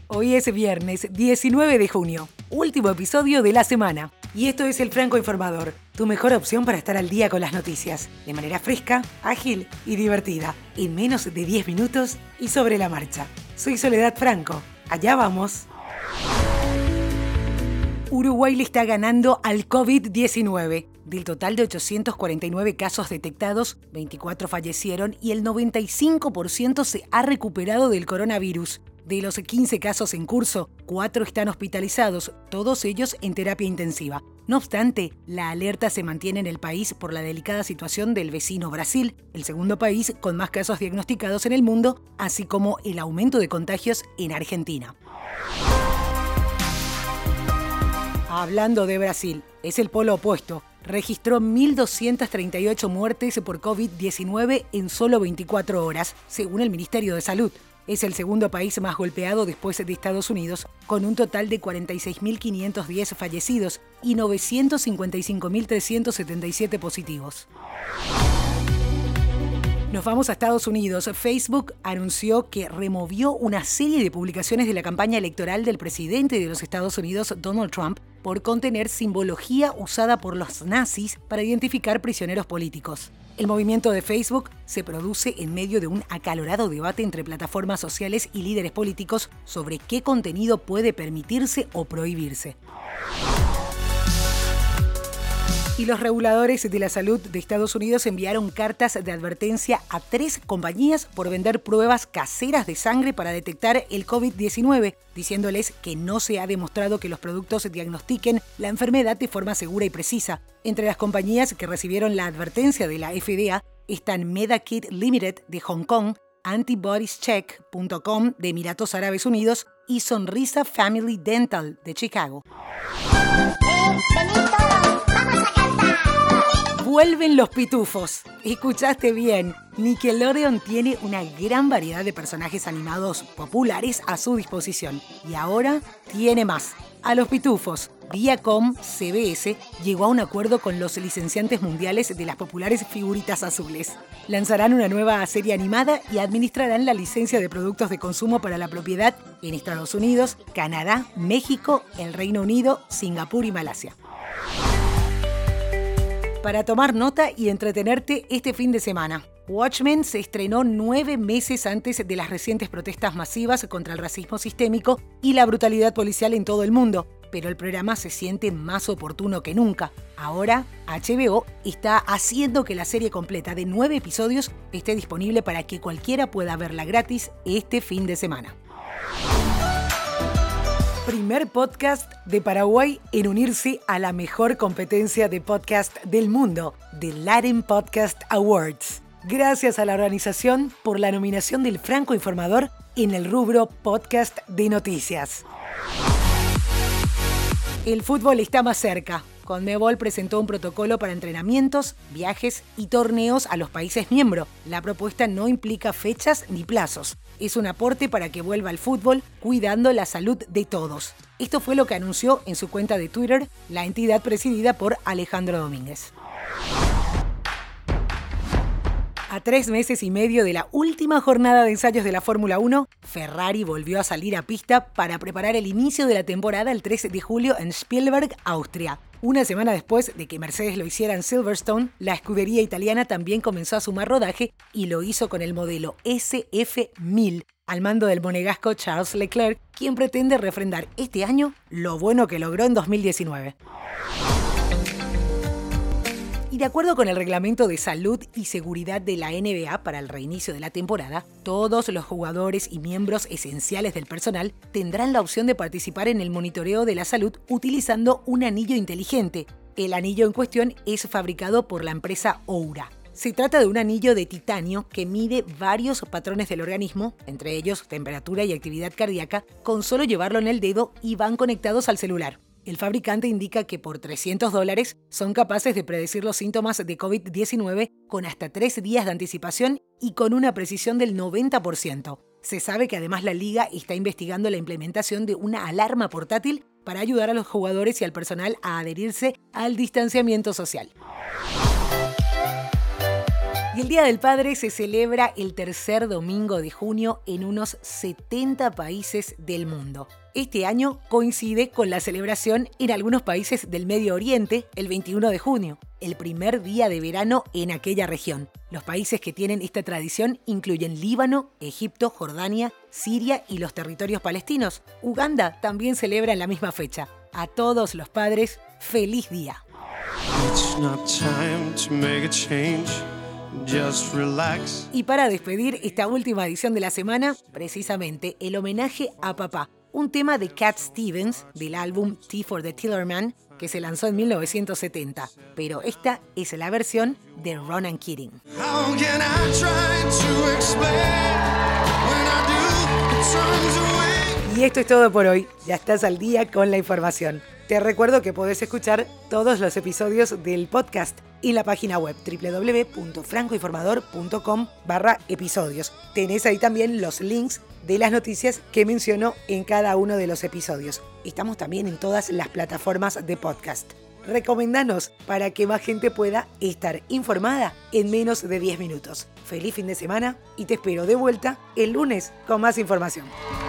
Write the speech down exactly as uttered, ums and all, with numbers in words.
Hoy es viernes diecinueve de junio, último episodio de la semana. Y esto es El Franco Informador, tu mejor opción para estar al día con las noticias, de manera fresca, ágil y divertida, en menos de diez minutos y sobre la marcha. Soy Soledad Franco, allá vamos. Uruguay le está ganando al COVID diecinueve. Del total de ochocientos cuarenta y nueve casos detectados, veinticuatro fallecieron y el noventa y cinco por ciento se ha recuperado del coronavirus. De los quince casos en curso, cuatro están hospitalizados, todos ellos en terapia intensiva. No obstante, la alerta se mantiene en el país por la delicada situación del vecino Brasil, el segundo país con más casos diagnosticados en el mundo, así como el aumento de contagios en Argentina. Hablando de Brasil, es el polo opuesto. Registró mil doscientas treinta y ocho muertes por COVID diecinueve en solo veinticuatro horas, según el Ministerio de Salud. Es el segundo país más golpeado después de Estados Unidos, con un total de cuarenta y seis mil quinientos diez fallecidos y novecientos cincuenta y cinco mil trescientos setenta y siete positivos. Nos vamos a Estados Unidos. Facebook anunció que removió una serie de publicaciones de la campaña electoral del presidente de los Estados Unidos, Donald Trump, por contener simbología usada por los nazis para identificar prisioneros políticos. El movimiento de Facebook se produce en medio de un acalorado debate entre plataformas sociales y líderes políticos sobre qué contenido puede permitirse o prohibirse. Y los reguladores de la salud de Estados Unidos enviaron cartas de advertencia a tres compañías por vender pruebas caseras de sangre para detectar el COVID diecinueve, diciéndoles que no se ha demostrado que los productos diagnostiquen la enfermedad de forma segura y precisa. Entre las compañías que recibieron la advertencia de la F D A están Medakit Limited de Hong Kong, Antibodiescheck punto com de Emiratos Árabes Unidos y Sonrisa Family Dental de Chicago. Vuelven los pitufos. Escuchaste bien. Nickelodeon tiene una gran variedad de personajes animados populares a su disposición. Y ahora tiene más. A los pitufos, Viacom C B S llegó a un acuerdo con los licenciantes mundiales de las populares figuritas azules. Lanzarán una nueva serie animada y administrarán la licencia de productos de consumo para la propiedad en Estados Unidos, Canadá, México, el Reino Unido, Singapur y Malasia. Para tomar nota y entretenerte este fin de semana, Watchmen se estrenó nueve meses antes de las recientes protestas masivas contra el racismo sistémico y la brutalidad policial en todo el mundo, pero el programa se siente más oportuno que nunca. Ahora, H B O está haciendo que la serie completa de nueve episodios esté disponible para que cualquiera pueda verla gratis este fin de semana. Primer podcast de Paraguay en unirse a la mejor competencia de podcast del mundo, The Latin Podcast Awards. Gracias a la organización por la nominación del Franco Informador en el rubro Podcast de Noticias. El fútbol está más cerca. Conmebol presentó un protocolo para entrenamientos, viajes y torneos a los países miembros. La propuesta no implica fechas ni plazos. Es un aporte para que vuelva el fútbol, cuidando la salud de todos. Esto fue lo que anunció en su cuenta de Twitter la entidad presidida por Alejandro Domínguez. A tres meses y medio de la última jornada de ensayos de la Fórmula uno, Ferrari volvió a salir a pista para preparar el inicio de la temporada el trece de julio en Spielberg, Austria. Una semana después de que Mercedes lo hiciera en Silverstone, la escudería italiana también comenzó a sumar rodaje y lo hizo con el modelo S F mil, al mando del monegasco Charles Leclerc, quien pretende refrendar este año lo bueno que logró en dos mil diecinueve. Y de acuerdo con el Reglamento de Salud y Seguridad de la N B A para el reinicio de la temporada, todos los jugadores y miembros esenciales del personal tendrán la opción de participar en el monitoreo de la salud utilizando un anillo inteligente. El anillo en cuestión es fabricado por la empresa Oura. Se trata de un anillo de titanio que mide varios patrones del organismo, entre ellos temperatura y actividad cardíaca, con solo llevarlo en el dedo y van conectados al celular. El fabricante indica que por trescientos dólares son capaces de predecir los síntomas de COVID diecinueve con hasta tres días de anticipación y con una precisión del noventa por ciento. Se sabe que además la liga está investigando la implementación de una alarma portátil para ayudar a los jugadores y al personal a adherirse al distanciamiento social. Y el Día del Padre se celebra el tercer domingo de junio en unos setenta países del mundo. Este año coincide con la celebración en algunos países del Medio Oriente el veintiuno de junio, el primer día de verano en aquella región. Los países que tienen esta tradición incluyen Líbano, Egipto, Jordania, Siria y los territorios palestinos. Uganda también celebra en la misma fecha. A todos los padres, ¡feliz día! It's not time to make a change. Just relax. Y para despedir esta última edición de la semana, precisamente el homenaje a papá. Un tema de Cat Stevens del álbum Tea for the Tillerman que se lanzó en mil novecientos setenta. Pero esta es la versión de Ronan Keating. How can I try to explain when I do, it turns away? Y esto es todo por hoy. Ya estás al día con la información. Te recuerdo que podés escuchar todos los episodios del podcast en la página web doble u doble u doble u punto francoinformador punto com barra episodios. Tenés ahí también los links de las noticias que menciono en cada uno de los episodios. Estamos también en todas las plataformas de podcast. Recomendanos para que más gente pueda estar informada en menos de diez minutos. Feliz fin de semana y te espero de vuelta el lunes con más información.